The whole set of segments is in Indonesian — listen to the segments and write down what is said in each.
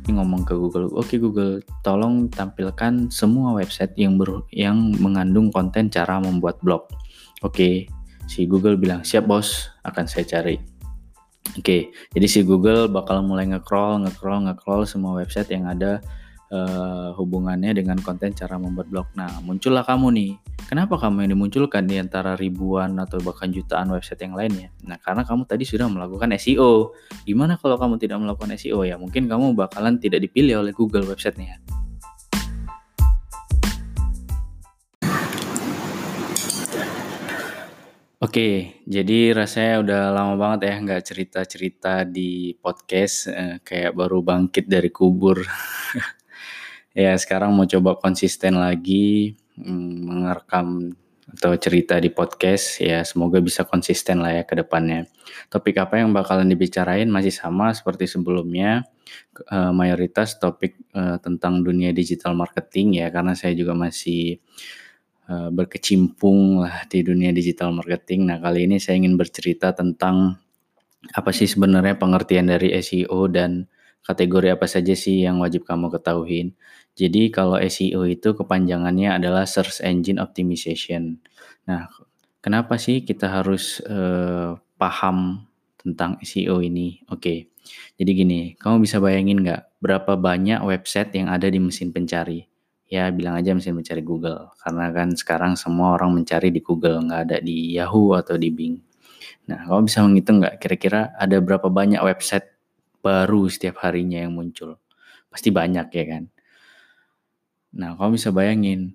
Marketing ngomong ke Google, "Oke Google, tolong tampilkan semua website yang mengandung konten cara membuat blog." Oke, si Google bilang, "Siap bos, akan saya cari." Oke, jadi si Google bakal mulai nge-crawl semua website yang ada hubungannya dengan konten cara membuat blog. Nah, muncullah kamu nih. Kenapa kamu yang dimunculkan di antara ribuan atau bahkan jutaan website yang lainnya? Nah, karena kamu tadi sudah melakukan SEO. Gimana kalau kamu tidak melakukan SEO? Ya, mungkin kamu bakalan tidak dipilih oleh Google websitenya. Oke, jadi rasanya udah lama banget ya nggak cerita-cerita di podcast, kayak baru bangkit dari kubur. Ya sekarang mau coba konsisten lagi, merekam atau cerita di podcast, ya semoga bisa konsisten lah ya ke depannya. Topik apa yang bakalan dibicarain masih sama seperti sebelumnya, mayoritas topik tentang dunia digital marketing ya, karena saya juga masih berkecimpung lah di dunia digital marketing. Nah, kali ini saya ingin bercerita tentang apa sih sebenarnya pengertian dari SEO dan kategori apa saja sih yang wajib kamu ketahuin. Jadi kalau SEO itu kepanjangannya adalah Search Engine Optimization. Nah, kenapa sih kita harus paham tentang SEO ini? Oke, jadi gini, kamu bisa bayangin nggak berapa banyak website yang ada di mesin pencari? Ya bilang aja mesin pencari Google, karena kan sekarang semua orang mencari di Google, nggak ada di Yahoo atau di Bing. Nah, kamu bisa menghitung nggak kira-kira ada berapa banyak website baru setiap harinya yang muncul? Pasti banyak ya kan? Nah, kamu bisa bayangin,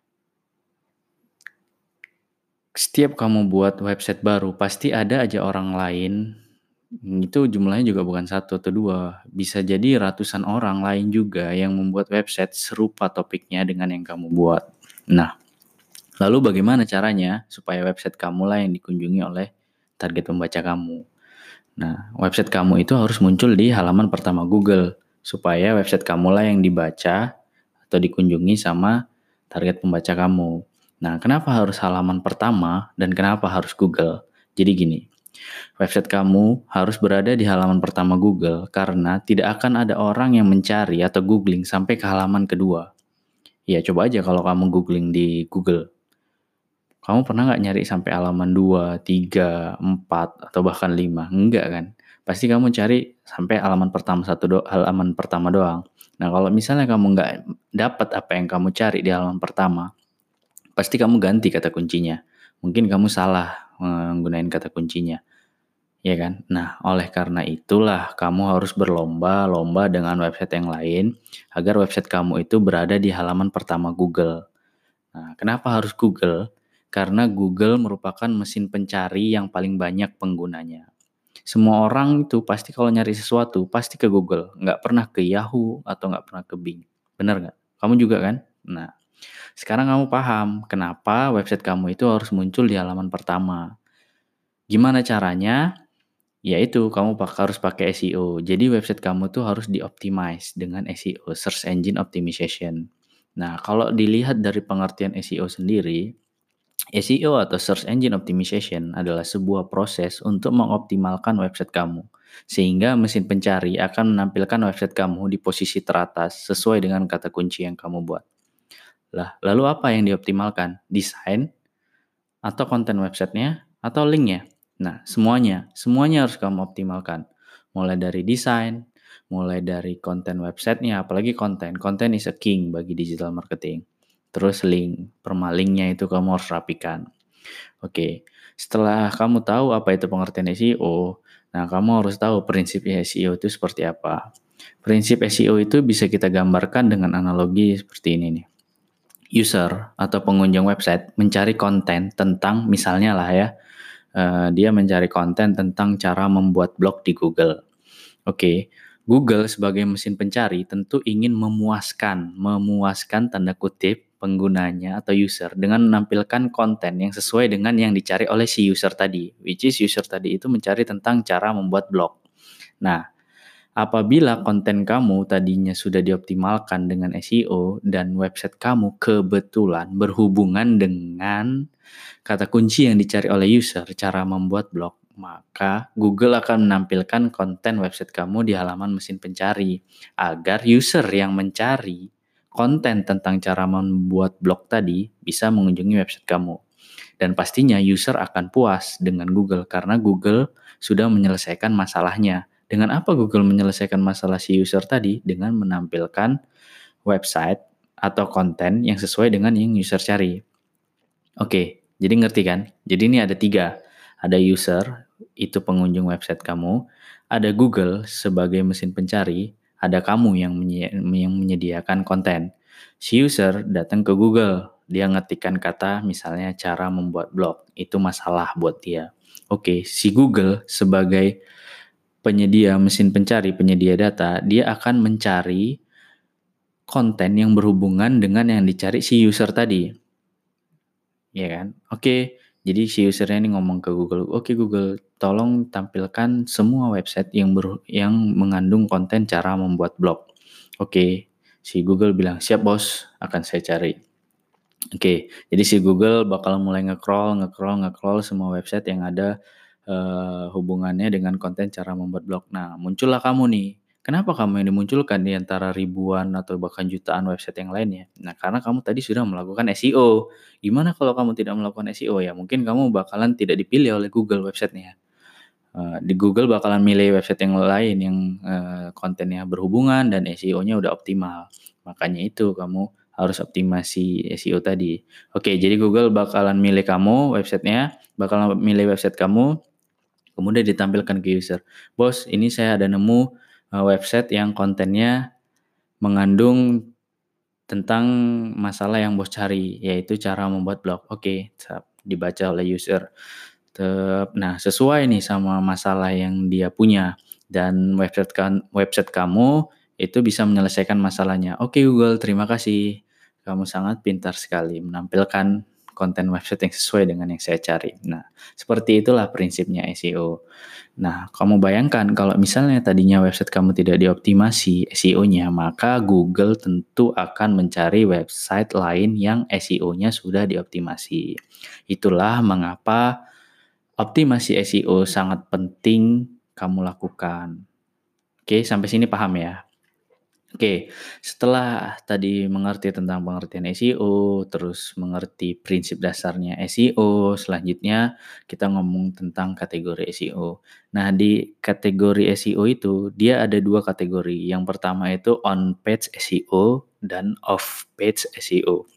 setiap kamu buat website baru, pasti ada aja orang lain, itu jumlahnya juga bukan 1 atau 2, bisa jadi ratusan orang lain juga yang membuat website serupa topiknya dengan yang kamu buat. Nah, lalu bagaimana caranya supaya website kamu lah yang dikunjungi oleh target pembaca kamu? Nah, website kamu itu harus muncul di halaman pertama Google, supaya website kamu lah yang dibaca atau dikunjungi sama target pembaca kamu. Nah, kenapa harus halaman pertama dan kenapa harus Google? Jadi gini, website kamu harus berada di halaman pertama Google karena tidak akan ada orang yang mencari atau googling sampai ke halaman kedua. Ya, coba aja kalau kamu googling di Google. Kamu pernah nggak nyari sampai halaman 2, 3, 4, atau bahkan 5? Enggak kan? Pasti kamu cari sampai halaman pertama doang. Nah, kalau misalnya kamu nggak dapat apa yang kamu cari di halaman pertama, pasti kamu ganti kata kuncinya. Mungkin kamu salah menggunakan kata kuncinya. Ya kan? Nah, oleh karena itulah kamu harus berlomba-lomba dengan website yang lain agar website kamu itu berada di halaman pertama Google. Nah, kenapa harus Google? Karena Google merupakan mesin pencari yang paling banyak penggunanya. Semua orang itu pasti kalau nyari sesuatu, pasti ke Google. Nggak pernah ke Yahoo atau nggak pernah ke Bing. Benar nggak? Kamu juga kan? Nah, sekarang kamu paham kenapa website kamu itu harus muncul di halaman pertama. Gimana caranya? Yaitu kamu harus pakai SEO. Jadi website kamu tuh harus dioptimize dengan SEO, Search Engine Optimization. Nah, kalau dilihat dari pengertian SEO sendiri, SEO atau Search Engine Optimization adalah sebuah proses untuk mengoptimalkan website kamu, sehingga mesin pencari akan menampilkan website kamu di posisi teratas sesuai dengan kata kunci yang kamu buat. Lah, lalu apa yang dioptimalkan? Desain, atau konten websitenya, atau linknya? Nah, semuanya harus kamu optimalkan. Mulai dari desain, mulai dari konten websitenya, apalagi konten is a king bagi digital marketing. Terus link, permalinknya itu kamu harus rapikan. Oke, setelah kamu tahu apa itu pengertian SEO, nah kamu harus tahu prinsip SEO itu seperti apa. Prinsip SEO itu bisa kita gambarkan dengan analogi seperti ini nih. User atau pengunjung website mencari konten tentang, misalnya lah ya, dia mencari konten tentang cara membuat blog di Google. Oke, Google sebagai mesin pencari tentu ingin memuaskan tanda kutip penggunanya atau user dengan menampilkan konten yang sesuai dengan yang dicari oleh si user tadi, which is user tadi itu mencari tentang cara membuat blog. Nah, apabila konten kamu tadinya sudah dioptimalkan dengan SEO dan website kamu kebetulan berhubungan dengan kata kunci yang dicari oleh user, cara membuat blog, maka Google akan menampilkan konten website kamu di halaman mesin pencari agar user yang mencari konten tentang cara membuat blog tadi bisa mengunjungi website kamu. Dan pastinya user akan puas dengan Google karena Google sudah menyelesaikan masalahnya. Dengan apa Google menyelesaikan masalah si user tadi? Dengan menampilkan website atau konten yang sesuai dengan yang user cari. Oke, jadi ngerti kan? Jadi ini ada 3. Ada user, itu pengunjung website kamu. Ada Google sebagai mesin pencari. Ada kamu yang menyediakan konten. Si user datang ke Google. Dia ngetikkan kata misalnya cara membuat blog. Itu masalah buat dia. Oke, si Google sebagai penyedia mesin pencari, penyedia data, dia akan mencari konten yang berhubungan dengan yang dicari si user tadi. Iya kan? Oke, jadi si usernya ini ngomong ke Google, "Oke Google, tolong tampilkan semua website yang mengandung konten cara membuat blog." Oke, si Google bilang, "Siap bos, akan saya cari." Oke, jadi si Google bakal mulai nge-crawl semua website yang ada hubungannya dengan konten cara membuat blog. Nah, muncullah kamu nih. Kenapa kamu yang dimunculkan di antara ribuan atau bahkan jutaan website yang lainnya? Nah, karena kamu tadi sudah melakukan SEO. Gimana kalau kamu tidak melakukan SEO ya? Mungkin kamu bakalan tidak dipilih oleh Google websitenya. Di Google bakalan milih website yang lain yang kontennya berhubungan dan SEO-nya udah optimal. Makanya itu kamu harus optimasi SEO tadi. Oke, jadi Google bakalan milih kamu websitenya, bakalan milih website kamu, kemudian ditampilkan ke user. Bos, ini saya ada nemu website yang kontennya mengandung tentang masalah yang bos cari, yaitu cara membuat blog. Oke, dibaca oleh user. Nah, sesuai nih sama masalah yang dia punya dan website kamu itu bisa menyelesaikan masalahnya. Oke Google, terima kasih. Kamu sangat pintar sekali menampilkan konten website yang sesuai dengan yang saya cari. Nah, seperti itulah prinsipnya SEO. Nah, kamu bayangkan kalau misalnya tadinya website kamu tidak dioptimasi SEO-nya, maka Google tentu akan mencari website lain yang SEO-nya sudah dioptimasi. Itulah mengapa optimasi SEO sangat penting kamu lakukan. Oke, sampai sini paham ya? Oke, setelah tadi mengerti tentang pengertian SEO, terus mengerti prinsip dasarnya SEO, selanjutnya kita ngomong tentang kategori SEO. Nah, di kategori SEO itu dia ada 2 kategori. Yang pertama itu on-page SEO dan off-page SEO.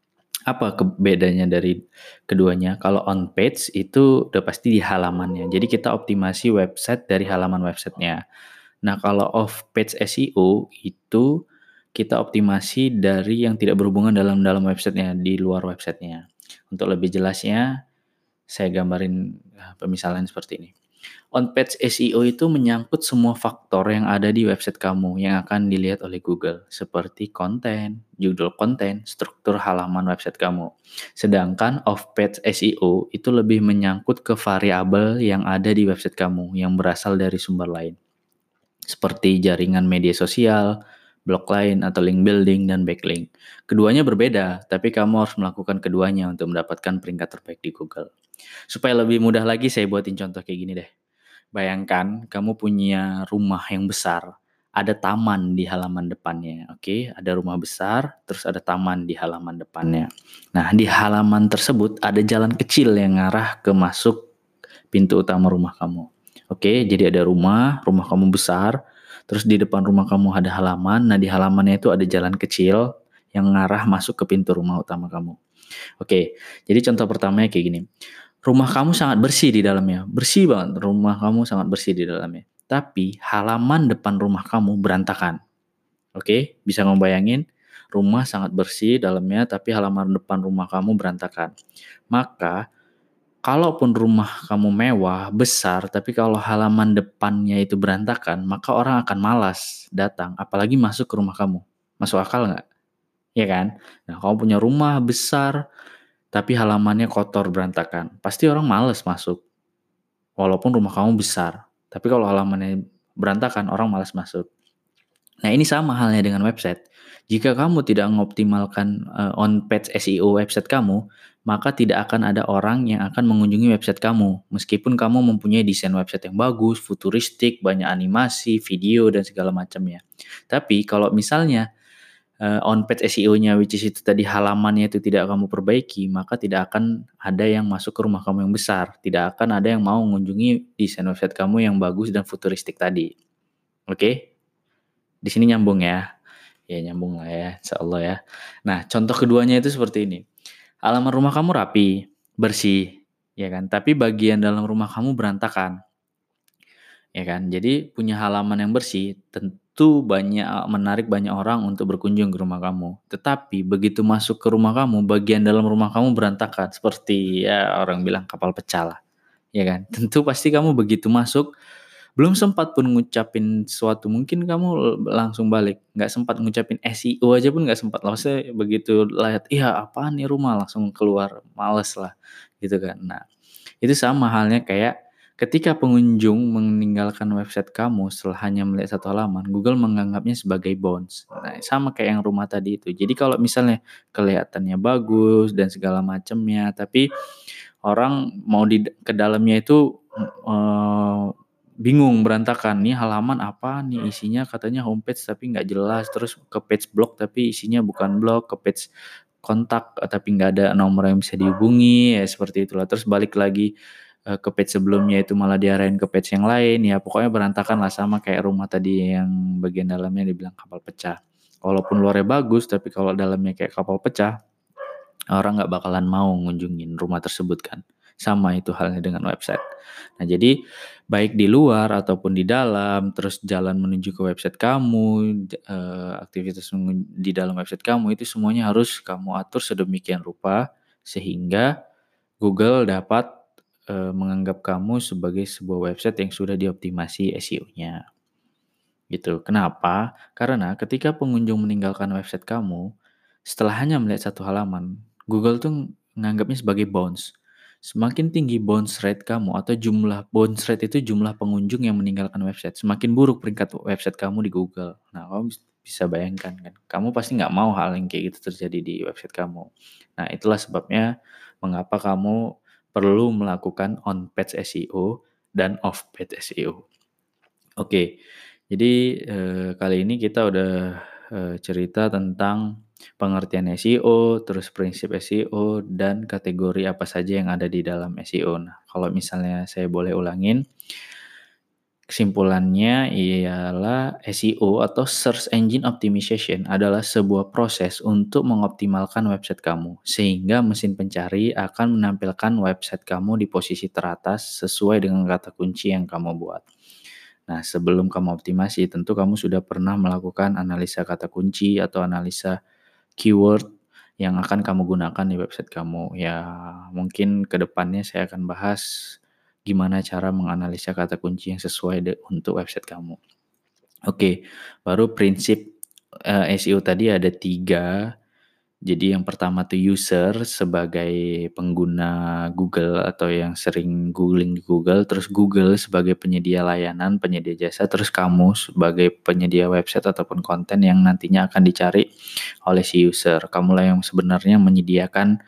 Apa bedanya dari keduanya? Kalau on page itu udah pasti di halamannya. Jadi kita optimasi website dari halaman websitenya. Nah, kalau off page SEO itu kita optimasi dari yang tidak berhubungan dalam websitenya, di luar websitenya. Untuk lebih jelasnya, saya gambarin pemisalan seperti ini. On-page SEO itu menyangkut semua faktor yang ada di website kamu yang akan dilihat oleh Google, seperti konten, judul konten, struktur halaman website kamu. Sedangkan off-page SEO itu lebih menyangkut ke variabel yang ada di website kamu yang berasal dari sumber lain, seperti jaringan media sosial, blog lain, atau link building dan backlink. Keduanya berbeda, tapi kamu harus melakukan keduanya untuk mendapatkan peringkat terbaik di Google. Supaya lebih mudah lagi, saya buatin contoh kayak gini deh. Bayangkan kamu punya rumah yang besar, ada taman di halaman depannya, oke? Ada rumah besar, terus ada taman di halaman depannya. Nah, di halaman tersebut ada jalan kecil yang ngarah ke masuk pintu utama rumah kamu. Oke, jadi ada rumah kamu besar, terus di depan rumah kamu ada halaman, nah di halamannya itu ada jalan kecil yang ngarah masuk ke pintu rumah utama kamu. Oke, jadi contoh pertamanya kayak gini. Rumah kamu sangat bersih di dalamnya. Bersih banget, rumah kamu sangat bersih di dalamnya. Tapi halaman depan rumah kamu berantakan. Oke, bisa ngebayangin rumah sangat bersih dalamnya tapi halaman depan rumah kamu berantakan. Maka kalaupun rumah kamu mewah, besar, tapi kalau halaman depannya itu berantakan, maka orang akan malas datang, apalagi masuk ke rumah kamu. Masuk akal nggak? Ya kan? Nah, kamu punya rumah besar, tapi halamannya kotor berantakan. Pasti orang malas masuk. Walaupun rumah kamu besar. Tapi kalau halamannya berantakan, orang malas masuk. Nah, ini sama halnya dengan website. Jika kamu tidak mengoptimalkan on-page SEO website kamu, maka tidak akan ada orang yang akan mengunjungi website kamu. Meskipun kamu mempunyai desain website yang bagus, futuristik, banyak animasi, video, dan segala macamnya. Tapi kalau misalnya on-page SEO-nya, which is itu tadi halamannya itu tidak kamu perbaiki, maka tidak akan ada yang masuk ke rumah kamu yang besar. Tidak akan ada yang mau mengunjungi desain website kamu yang bagus dan futuristik tadi. Oke? Di sini nyambung ya. Ya nyambung lah ya, insyaallah ya. Nah, contoh keduanya itu seperti ini. Halaman rumah kamu rapi, bersih, ya kan? Tapi bagian dalam rumah kamu berantakan, ya kan? Jadi punya halaman yang bersih tentu menarik banyak orang untuk berkunjung ke rumah kamu. Tetapi begitu masuk ke rumah kamu, bagian dalam rumah kamu berantakan seperti ya orang bilang kapal pecah lah, ya kan? Tentu pasti kamu begitu masuk belum sempat pun ngucapin sesuatu, mungkin kamu langsung balik, nggak sempat ngucapin SEO aja pun nggak sempat, maksudnya begitu lihat, "Iya apaan nih rumah?" Langsung keluar, males lah, gitu kan. Nah, itu sama halnya kayak ketika pengunjung meninggalkan website kamu setelah hanya melihat satu halaman, Google menganggapnya sebagai bounce. Nah, sama kayak yang rumah tadi itu. Jadi kalau misalnya kelihatannya bagus dan segala macamnya, tapi orang mau ke dalamnya itu, eee, bingung, berantakan, nih halaman apa nih isinya katanya homepage tapi nggak jelas, terus ke page blog tapi isinya bukan blog, ke page kontak tapi nggak ada nomor yang bisa dihubungi, ya seperti itulah. Terus balik lagi, ke page sebelumnya itu malah diarahin ke page yang lain, ya pokoknya berantakan lah sama kayak rumah tadi yang bagian dalamnya dibilang kapal pecah. Walaupun luarnya bagus, tapi kalau dalamnya kayak kapal pecah, orang nggak bakalan mau ngunjungin rumah tersebut kan. Sama itu halnya dengan website. Nah jadi baik di luar ataupun di dalam, terus jalan menuju ke website kamu, aktivitas di dalam website kamu itu semuanya harus kamu atur sedemikian rupa sehingga Google dapat menganggap kamu sebagai sebuah website yang sudah dioptimasi SEO-nya. Gitu. Kenapa? Karena ketika pengunjung meninggalkan website kamu, setelah hanya melihat satu halaman, Google tuh nganggapnya sebagai bounce. Semakin tinggi bounce rate kamu atau jumlah bounce rate itu jumlah pengunjung yang meninggalkan website, semakin buruk peringkat website kamu di Google. Nah, kamu bisa bayangkan kan, kamu pasti nggak mau hal yang kayak gitu terjadi di website kamu. Nah, itulah sebabnya mengapa kamu perlu melakukan on-page SEO dan off-page SEO. Oke, jadi, kali ini kita udah, cerita tentang pengertian SEO, terus prinsip SEO, dan kategori apa saja yang ada di dalam SEO. Nah, kalau misalnya saya boleh ulangin, kesimpulannya ialah SEO atau Search Engine Optimization adalah sebuah proses untuk mengoptimalkan website kamu, sehingga mesin pencari akan menampilkan website kamu di posisi teratas sesuai dengan kata kunci yang kamu buat. Nah, sebelum kamu optimasi, tentu kamu sudah pernah melakukan analisa kata kunci atau analisa keyword yang akan kamu gunakan di website kamu. Ya, mungkin ke depannya saya akan bahas gimana cara menganalisa kata kunci yang sesuai untuk website kamu. Oke, baru prinsip SEO tadi ada 3. Jadi yang pertama tuh user sebagai pengguna Google atau yang sering googling di Google, terus Google sebagai penyedia layanan, penyedia jasa, terus kamu sebagai penyedia website ataupun konten yang nantinya akan dicari oleh si user. Kamulah yang sebenarnya menyediakan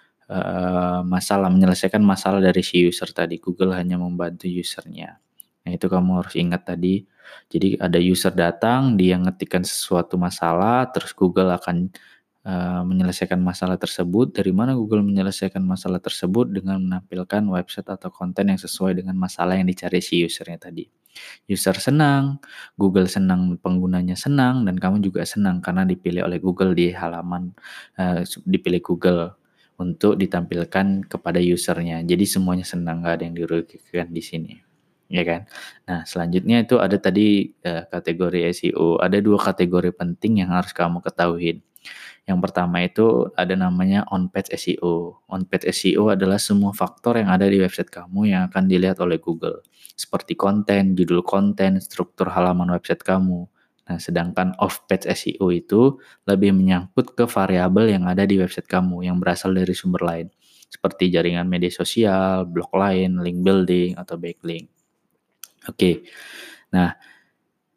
menyelesaikan masalah dari si user tadi. Google hanya membantu usernya. Nah, itu kamu harus ingat tadi. Jadi ada user datang, dia ngetikkan sesuatu masalah, terus Google akan menyelesaikan masalah tersebut. Dari mana Google menyelesaikan masalah tersebut? Dengan menampilkan website atau konten yang sesuai dengan masalah yang dicari si usernya tadi. User senang, Google senang, penggunanya senang, dan kamu juga senang karena dipilih oleh Google di halaman, dipilih Google untuk ditampilkan kepada usernya. Jadi semuanya senang, nggak ada yang dirugikan di sini, ya kan? Nah, selanjutnya itu ada tadi kategori SEO. Ada 2 kategori penting yang harus kamu ketahui. Yang pertama itu ada namanya on-page SEO. On-page SEO adalah semua faktor yang ada di website kamu yang akan dilihat oleh Google. Seperti konten, judul konten, struktur halaman website kamu. Nah, sedangkan off-page SEO itu lebih menyangkut ke variabel yang ada di website kamu yang berasal dari sumber lain. Seperti jaringan media sosial, blog lain, link building, atau backlink. Oke, nah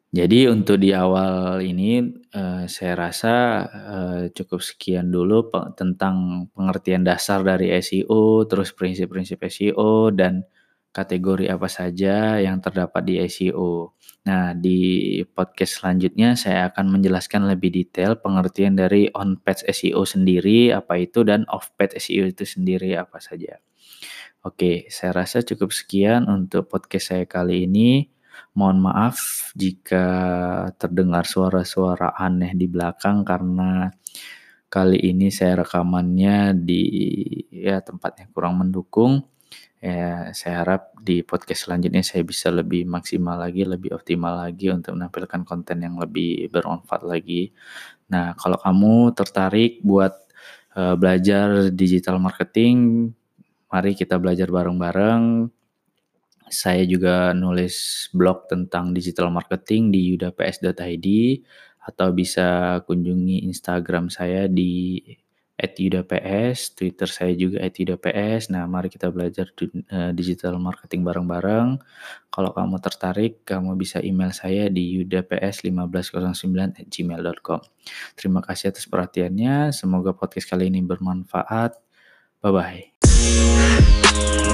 Jadi untuk di awal ini, saya rasa, cukup sekian dulu tentang pengertian dasar dari SEO, terus prinsip-prinsip SEO, dan kategori apa saja yang terdapat di SEO. Nah, di podcast selanjutnya saya akan menjelaskan lebih detail pengertian dari on page SEO sendiri apa itu, dan off page SEO itu sendiri apa saja. Oke, saya rasa cukup sekian untuk podcast saya kali ini. Mohon maaf jika terdengar suara-suara aneh di belakang karena kali ini saya rekamannya di tempat yang kurang mendukung. Ya, saya harap di podcast selanjutnya saya bisa lebih maksimal lagi, lebih optimal lagi untuk menampilkan konten yang lebih bermanfaat lagi. Nah, kalau kamu tertarik buat belajar digital marketing, mari kita belajar bareng-bareng. Saya juga nulis blog tentang digital marketing di yudaps.id, atau bisa kunjungi Instagram saya di @yudaps, Twitter saya juga @yudaps. Nah, mari kita belajar digital marketing bareng-bareng. Kalau kamu tertarik, kamu bisa email saya di yudaps1509@gmail.com. Terima kasih atas perhatiannya. Semoga podcast kali ini bermanfaat. Bye-bye.